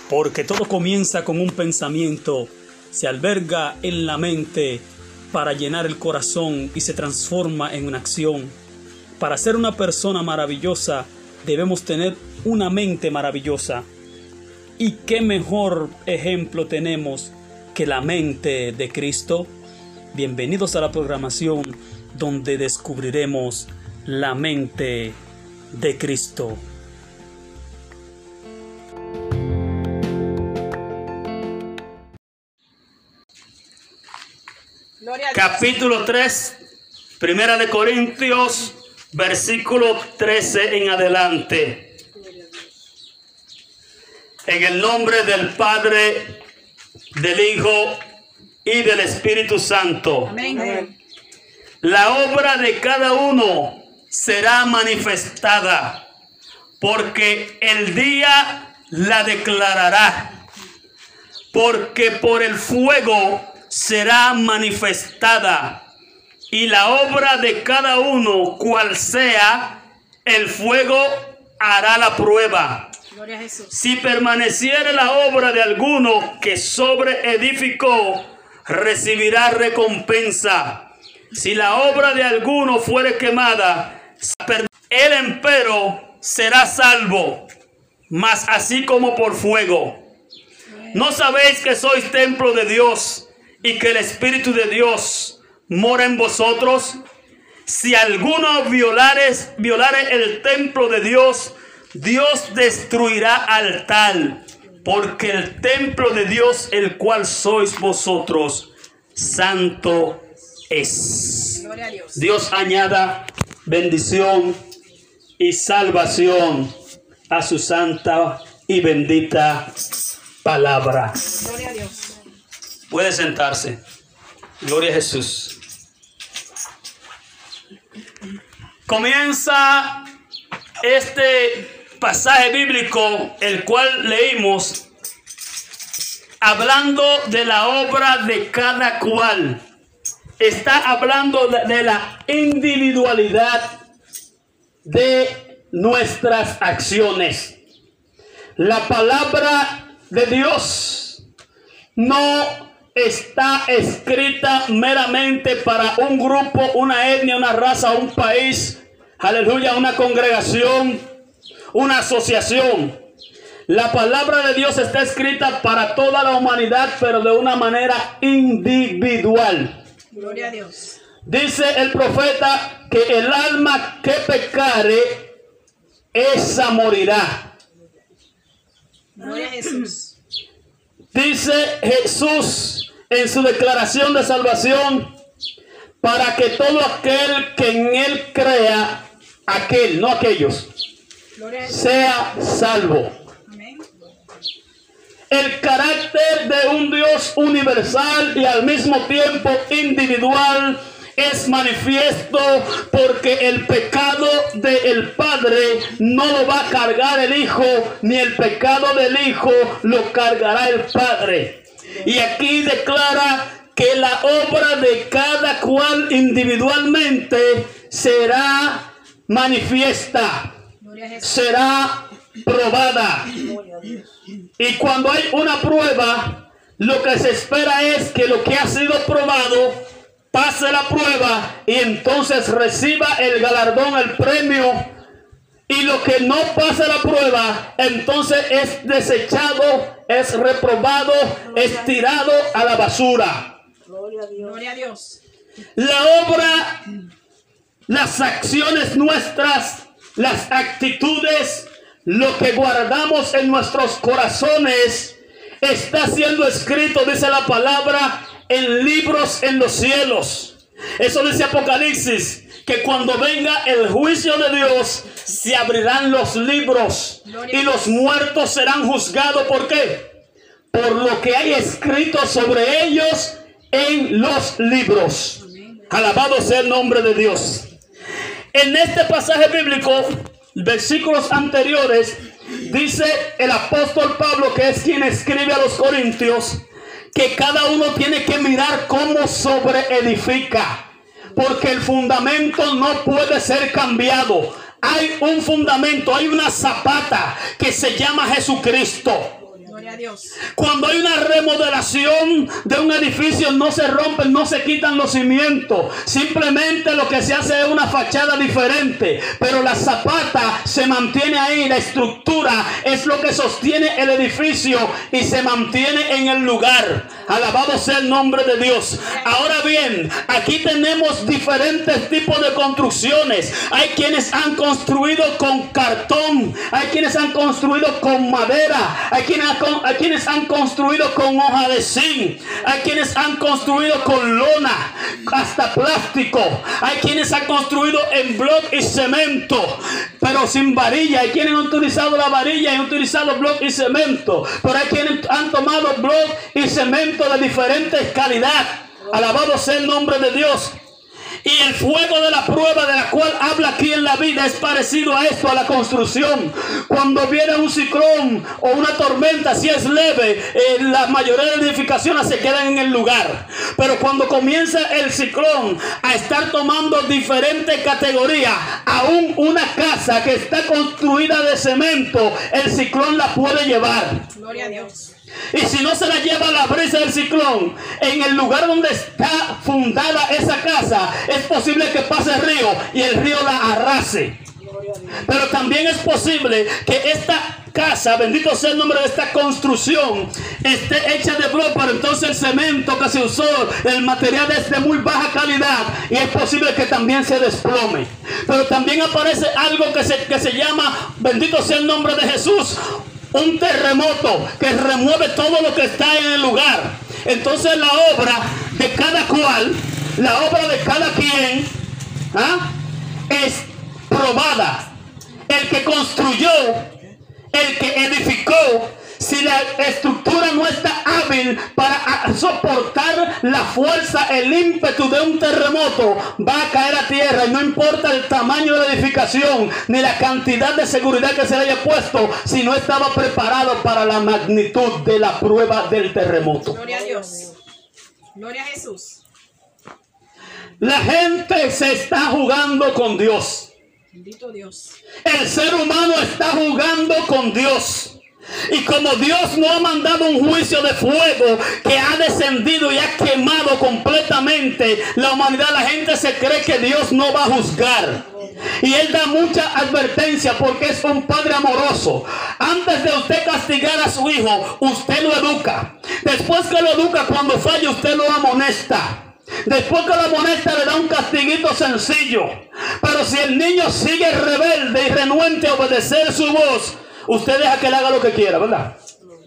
porque todo comienza con un pensamiento, se alberga en la mente para llenar el corazón y se transforma en una acción. Para ser una persona maravillosa debemos tener una mente maravillosa. ¿Y qué mejor ejemplo tenemos que la mente de Cristo? Bienvenidos a la programación donde descubriremos la mente de Cristo. Capítulo 3, Primera de Corintios, versículo 13 en adelante. En el nombre del Padre, del Hijo y del Espíritu Santo. Amén. La obra de cada uno será manifestada, porque el día la declarará, porque por el fuego será manifestada, y la obra de cada uno, cual sea, el fuego hará la prueba. Gloria a Jesús. Si permaneciere la obra de alguno que sobreedificó, recibirá recompensa. Si la obra de alguno fuere quemada, él empero será salvo, mas así como por fuego. ¿No sabéis que sois templo de Dios y que el Espíritu de Dios mora en vosotros? Si alguno violare el templo de Dios, Dios destruirá al tal, porque el templo de Dios, el cual sois vosotros, santo es. Gloria a Dios. Dios añada bendición y salvación a su santa y bendita palabra. Gloria a Dios. Puede sentarse. Gloria a Jesús. Comienza este pasaje bíblico, el cual leímos, hablando de la obra de cada cual. Está hablando de la individualidad de nuestras acciones. La palabra de Dios no está escrita meramente para un grupo, una etnia, una raza, un país, aleluya, una congregación, una asociación. La palabra de Dios está escrita para toda la humanidad, pero de una manera individual. Gloria a Dios. Dice el profeta que el alma que pecare, esa morirá. Gloria a Jesús. Dice Jesús en su declaración de salvación, para que todo aquel que en él crea, aquel, no aquellos, sea salvo. Amén. El carácter de un Dios universal y al mismo tiempo individual es manifiesto, porque el pecado del Padre no lo va a cargar el Hijo, ni el pecado del Hijo lo cargará el Padre. Y aquí declara que la obra de cada cual individualmente será manifiesta, será probada. Y cuando hay una prueba, lo que se espera es que lo que ha sido probado pase la prueba y entonces reciba el galardón, el premio. Y lo que no pasa la prueba, entonces es desechado, es reprobado, es tirado a la basura. Gloria a Dios. Gloria a Dios. La obra, las acciones nuestras, las actitudes, lo que guardamos en nuestros corazones, está siendo escrito, dice la palabra, en libros en los cielos. Eso dice Apocalipsis, que cuando venga el juicio de Dios, se abrirán los libros y los muertos serán juzgados. ¿Por qué? Por lo que hay escrito sobre ellos en los libros. Alabado sea el nombre de Dios. En este pasaje bíblico, versículos anteriores, dice el apóstol Pablo, que es quien escribe a los Corintios, que cada uno tiene que mirar cómo sobreedifica, porque el fundamento no puede ser cambiado. Hay un fundamento, hay una zapata que se llama Jesucristo. Gloria a Dios. Cuando hay una remodelación de un edificio, no se rompen, no se quitan los cimientos. Simplemente lo que se hace es una fachada diferente. Pero la zapata se mantiene ahí. La estructura es lo que sostiene el edificio y se mantiene en el lugar. Alabado sea el nombre de Dios. Ahora bien, aquí tenemos diferentes tipos de construcciones. Hay quienes han construido con cartón. Hay quienes han construido con madera. Hay quienes han construido con hoja de zinc. Hay quienes han construido con lona, hasta plástico. Hay quienes han construido en bloc y cemento, pero sin varilla. Hay quienes han utilizado la varilla y han utilizado bloc y cemento. Pero hay quienes han tomado bloc y cemento de diferentes calidad. Alabado sea el nombre de Dios. Y el fuego de la prueba de la cual habla aquí en la vida es parecido a esto, a la construcción. Cuando viene un ciclón o una tormenta, si es leve, la mayoría de las edificaciones se quedan en el lugar. Pero cuando comienza el ciclón a estar tomando diferentes categorías, aún una casa que está construida de cemento, el ciclón la puede llevar. Gloria a Dios. Y si no se la lleva la brisa del ciclón, en el lugar donde está fundada esa casa, es posible que pase el río y el río la arrase. Pero también es posible que esta casa, bendito sea el nombre de esta construcción, esté hecha de bloque, pero entonces el cemento que se usó, el material es de muy baja calidad y es posible que también se desplome. Pero también aparece algo que se llama, bendito sea el nombre de Jesús, un terremoto que remueve todo lo que está en el lugar. Entonces la obra de cada cual, la obra de cada quien, es probada. El que construyó, el que edificó, si la estructura no está hábil para soportar la fuerza, el ímpetu de un terremoto, va a caer a tierra. Y no importa el tamaño de la edificación ni la cantidad de seguridad que se le haya puesto, si no estaba preparado para la magnitud de la prueba del terremoto. Gloria a Dios. Gloria a Jesús. La gente se está jugando con Dios. Bendito Dios. El ser humano está jugando con Dios. Y como Dios no ha mandado un juicio de fuego que ha descendido y ha quemado completamente la humanidad, la gente se cree que Dios no va a juzgar. Y Él da mucha advertencia porque es un padre amoroso. Antes de usted castigar a su hijo, usted lo educa. Después que lo educa, cuando falla, usted lo amonesta. Después que lo amonesta, le da un castiguito sencillo. Pero si el niño sigue rebelde y renuente a obedecer su voz, usted deja que él haga lo que quiera, ¿verdad?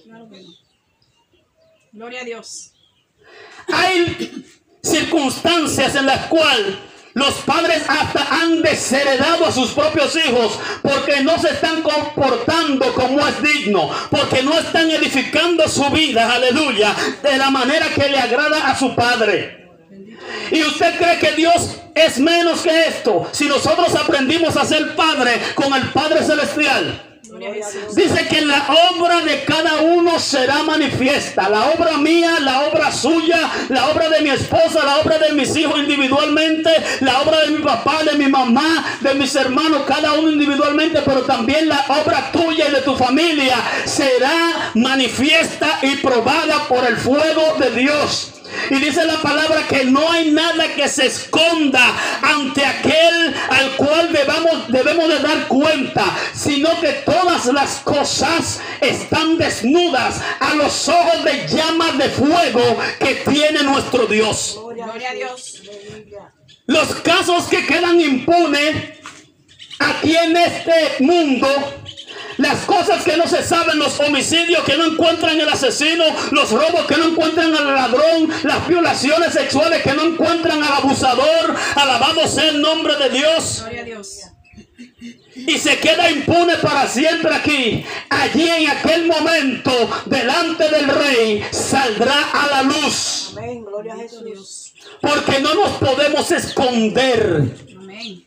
Gloria a Dios. Hay circunstancias en las cuales los padres hasta han desheredado a sus propios hijos porque no se están comportando como es digno, porque no están edificando su vida, aleluya, de la manera que le agrada a su padre. Y usted cree que Dios es menos que esto. Si nosotros aprendimos a ser padre con el Padre Celestial, dice que la obra de cada uno será manifiesta. La obra mía, la obra suya, la obra de mi esposa, la obra de mis hijos individualmente, la obra de mi papá, de mi mamá, de mis hermanos, cada uno individualmente, pero también la obra tuya y de tu familia será manifiesta y probada por el fuego de Dios. Y dice la palabra que no hay nada que se esconda ante aquel al cual debemos de dar cuenta, sino que todas las cosas están desnudas a los ojos de llamas de fuego que tiene nuestro Dios. Gloria a Dios. Los casos que quedan impunes aquí en este mundo, las cosas que no se saben, los homicidios que no encuentran el asesino, los robos que no encuentran al ladrón, las violaciones sexuales que no encuentran al abusador, alabado sea el nombre de Dios. Gloria a Dios. Y se queda impune para siempre aquí. Allí en aquel momento, delante del Rey, saldrá a la luz. Amén. Gloria a Jesús. Porque no nos podemos esconder. Amén.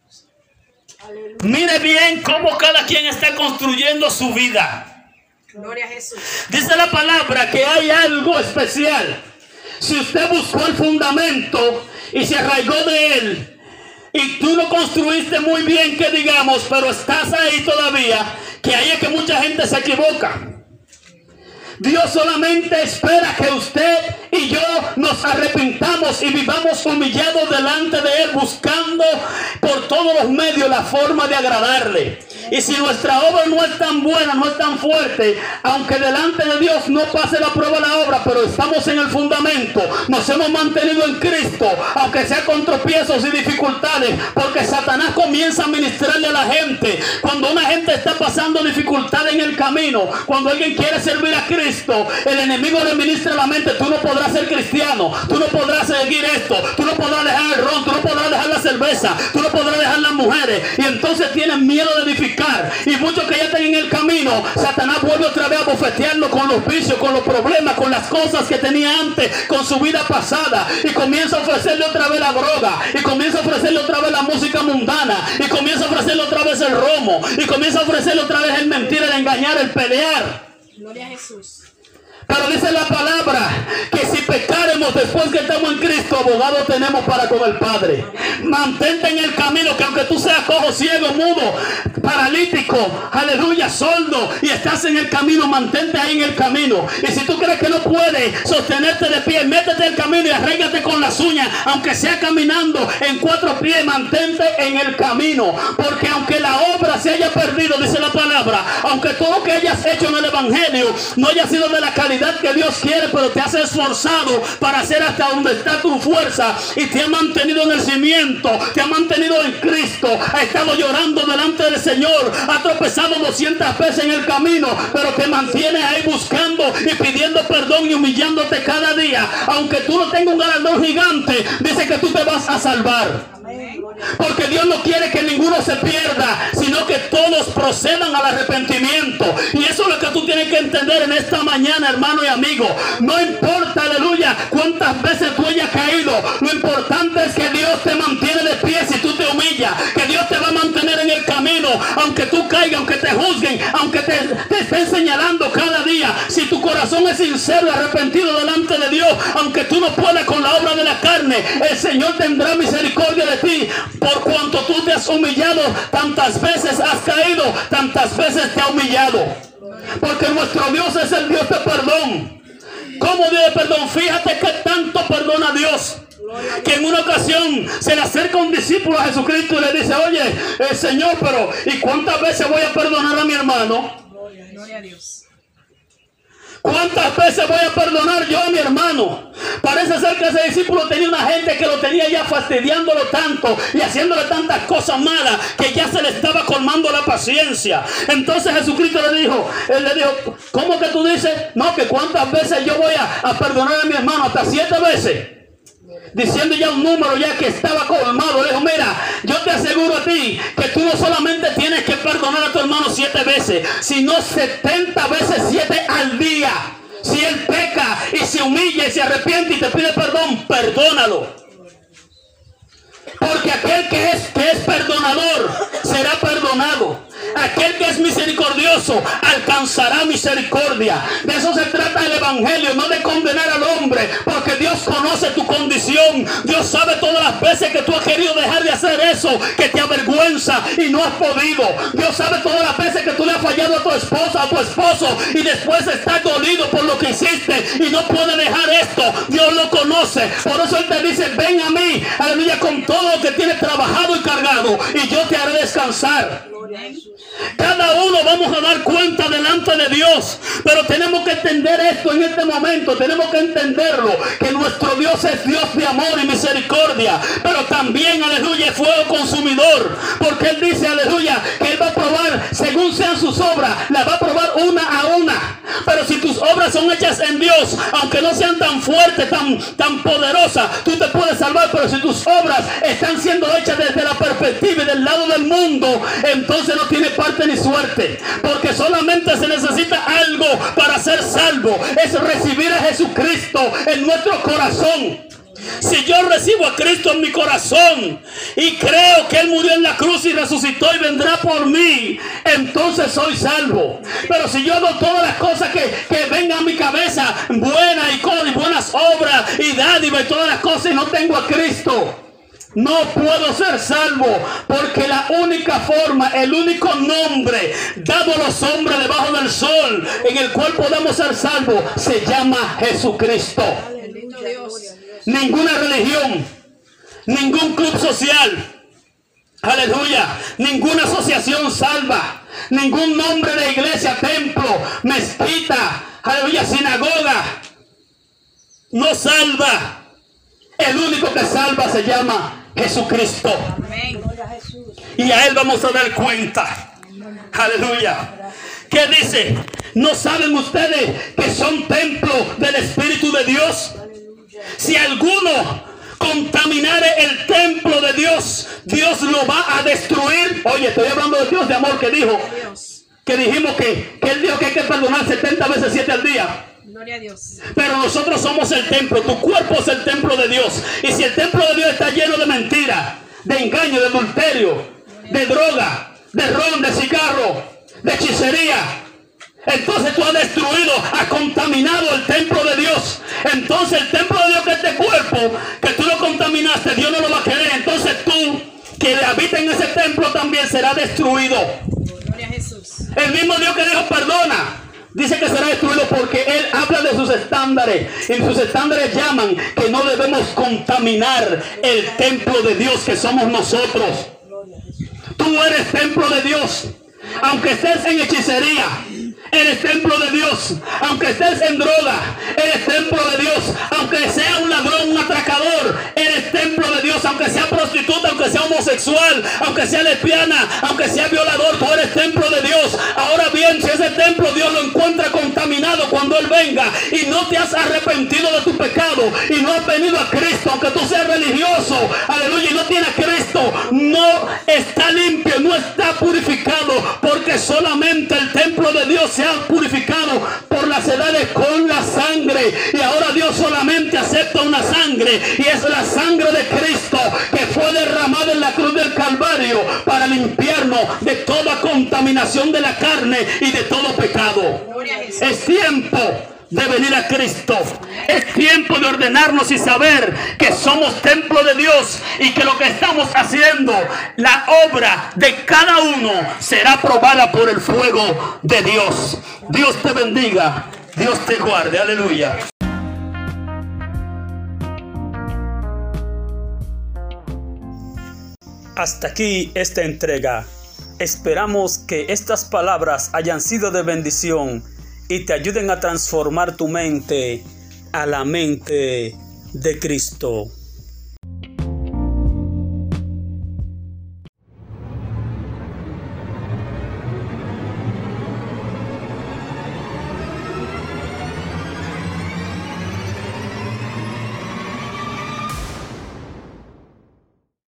Mire bien cómo cada quien está construyendo su vida. Gloria a Jesús. Dice la palabra que hay algo especial. Si usted buscó el fundamento y se arraigó de él, y tú lo construiste muy bien, que digamos, pero estás ahí todavía, que ahí es que mucha gente se equivoca. Dios solamente espera que usted y yo nos arrepintamos y vivamos humillados delante de Él, buscando por todos los medios la forma de agradarle. Y si nuestra obra no es tan buena, no es tan fuerte, aunque delante de Dios no pase la prueba la obra, pero estamos en el fundamento, nos hemos mantenido en Cristo, aunque sea con tropiezos y dificultades, porque Satanás comienza a ministrarle a la gente. Cuando una gente está pasando dificultad en el camino, cuando alguien quiere servir a Cristo, el enemigo le ministra a la mente: tú no podrás ser cristiano, tú no podrás seguir esto, tú no podrás dejar el ron, tú no podrás dejar la cerveza, tú no podrás dejar las mujeres. Y entonces tienen miedo de edificar. Y muchos que ya están en el camino, Satanás vuelve otra vez a bofetearlo con los vicios, con los problemas, con las cosas que tenía antes, con su vida pasada, y comienza a ofrecerle otra vez la droga, y comienza a ofrecerle otra vez la música mundana, y comienza a ofrecerle otra vez el romo, y comienza a ofrecerle otra vez el mentir, el engañar, el pelear. Gloria a Jesús. Pero dice la palabra que si pecaremos después que estamos en Cristo, abogado tenemos para con el Padre. Mantente en el camino, que aunque tú seas cojo, ciego, mudo, paralítico, aleluya, sordo, y estás en el camino, mantente ahí en el camino. Y si tú crees que no puedes sostenerte de pie, métete en el camino y arréglate con las uñas, aunque sea caminando en 4 pies, mantente en el camino. Porque aunque la obra se haya perdido, dice la palabra, aunque todo lo que hayas hecho en el evangelio no haya sido de la calidad que Dios quiere, pero te has esforzado para hacer hasta donde está tu fuerza, y te ha mantenido en el cimiento, te ha mantenido en Cristo, ha estado llorando delante del Señor, ha tropezado 200 veces en el camino, pero te mantienes ahí buscando y pidiendo perdón y humillándote cada día. Aunque tú no tengas un galardón gigante, dice que tú te vas a salvar. Porque Dios no quiere que ninguno se pierda, sino que todos procedan al arrepentimiento. Y eso es lo que tú tienes que entender en esta mañana, hermano y amigo. No importa, aleluya, cuántas veces tú hayas caído, lo importante es que Dios te mantiene de pie si tú te humillas, que Dios te va a mantener en el camino, aunque tú caigas, aunque te juzguen, aunque te estén señalando cada día. Si tu corazón es sincero y arrepentido delante de Dios, aunque tú no puedas con la obra de la carne, el Señor tendrá misericordia de ti. Por cuanto tú te has humillado, tantas veces has caído, tantas veces te ha humillado. Porque nuestro Dios es el Dios de perdón. ¿Cómo Dios de perdón? Fíjate que tanto perdona a Dios, que en una ocasión se le acerca un discípulo a Jesucristo y le dice: oye, Señor, pero ¿y cuántas veces voy a perdonar a mi hermano? Gloria a Dios. ¿Cuántas veces voy a perdonar yo a mi hermano? Parece ser que ese discípulo tenía una gente que lo tenía ya fastidiándolo tanto y haciéndole tantas cosas malas que ya se le estaba colmando la paciencia. Entonces Jesucristo le dijo, ¿cómo que tú dices? No, que cuántas veces yo voy a perdonar a mi hermano, hasta 7 veces. Diciendo ya un número ya que estaba colmado. Le dijo: mira, yo te aseguro a ti que tú no solamente tienes que perdonar a tu hermano 7 veces, sino 70 veces 7 al día. Si él peca y se humilla y se arrepiente y te pide perdón, perdónalo. Porque aquel que es perdonador será perdonado. Aquel que es misericordioso alcanzará misericordia. De eso se trata el evangelio, no de condenar al hombre, porque Dios conoce tu condición. Dios sabe todas las veces que tú has querido dejar de hacer eso que te avergüenza y no has podido. Dios sabe todas las veces que tú le has fallado a tu esposa, a tu esposo, y después estás dolido por lo que hiciste y no puedes dejar esto. Dios lo conoce. Por eso Él te dice: ven a mí, aleluya, con todo lo que tienes trabajado y cargado, y yo te haré descansar. Cada uno vamos a dar cuenta delante de Dios, pero tenemos que entender esto en este momento. Tenemos que entenderlo, que nuestro Dios es Dios de amor y misericordia, pero también, aleluya, es fuego consumidor, porque Él dice, aleluya, que Él va a probar según sean sus obras, las va a probar una a una. Pero si tus obras son hechas en Dios, aunque no sean tan fuertes, tan poderosas, tú te puedes salvar. Pero si tus obras están siendo hechas desde la perspectiva y del lado del mundo, entonces no tiene parte ni suerte, porque solamente se necesita algo para ser salvo: es recibir a Jesucristo en nuestro corazón. Si yo recibo a Cristo en mi corazón y creo que Él murió en la cruz y resucitó y vendrá por mí, entonces soy salvo. Pero si yo hago todas las cosas que vengan a mi cabeza, buenas y buenas obras y dádivas y todas las cosas, y no tengo a Cristo, No puedo ser salvo porque la única forma, el único nombre dado a los hombres debajo del sol en el cual podemos ser salvos se llama Jesucristo. Bendito Dios. Ninguna religión, ningún club social, aleluya, ninguna asociación salva, ningún nombre de iglesia, templo, mezquita, aleluya, sinagoga, no salva. El único que salva se llama Jesucristo. Amén. Y a Él vamos a dar cuenta. Aleluya. ¿Qué dice? ¿No saben ustedes que son templo del Espíritu de Dios? Si alguno contaminare el templo de Dios, Dios lo va a destruir. Oye, estoy hablando de Dios de amor que dijo. Dios. Que dijimos que Él dijo que hay que perdonar 70 veces 7 al día. Gloria a Dios. Pero nosotros somos el templo, tu cuerpo es el templo de Dios. Y si el templo de Dios está lleno de mentira, de engaño, de adulterio, de droga, de ron, de cigarro, de hechicería, entonces tú has destruido, has contaminado el templo de Dios. Entonces el templo de Dios, que es este cuerpo, que tú lo contaminaste, Dios no lo va a querer. Entonces tú, que habita en ese templo, también será destruido. Gloria a Jesús. El mismo Dios que dijo perdona, dice que será destruido porque Él habla de sus estándares. Y sus estándares llaman que no debemos contaminar el templo de Dios que somos nosotros. Tú eres templo de Dios. Aunque estés en hechicería, eres templo de Dios. Aunque estés en droga, eres templo de Dios. Aunque sea un ladrón, un atracador, eres templo de Dios. Aunque sea prostituta, aunque sea homosexual, aunque sea lesbiana, aunque sea violador, tú eres templo de Dios. Ahora bien, si ese templo Dios lo encuentra contaminado cuando Él venga y no te has arrepentido de tu pecado y no has venido a Cristo, aunque tú seas religioso, aleluya, y no tienes a Cristo, no está limpio, no está purificado, porque solamente el templo de Dios se ha purificado por las edades con la sangre. Y ahora Dios solamente acepta una sangre, y es la sangre de Cristo, que fue derramada en la cruz del Calvario para limpiarnos de toda contaminación de la carne y de todo pecado. Gloria a Jesús. Es tiempo de venir a Cristo. Es tiempo de ordenarnos y saber que somos templo de Dios y que lo que estamos haciendo, la obra de cada uno, será probada por el fuego de Dios. Dios te bendiga, Dios te guarde, aleluya. Hasta aquí esta entrega. Esperamos que estas palabras hayan sido de bendición y te ayuden a transformar tu mente a la mente de Cristo.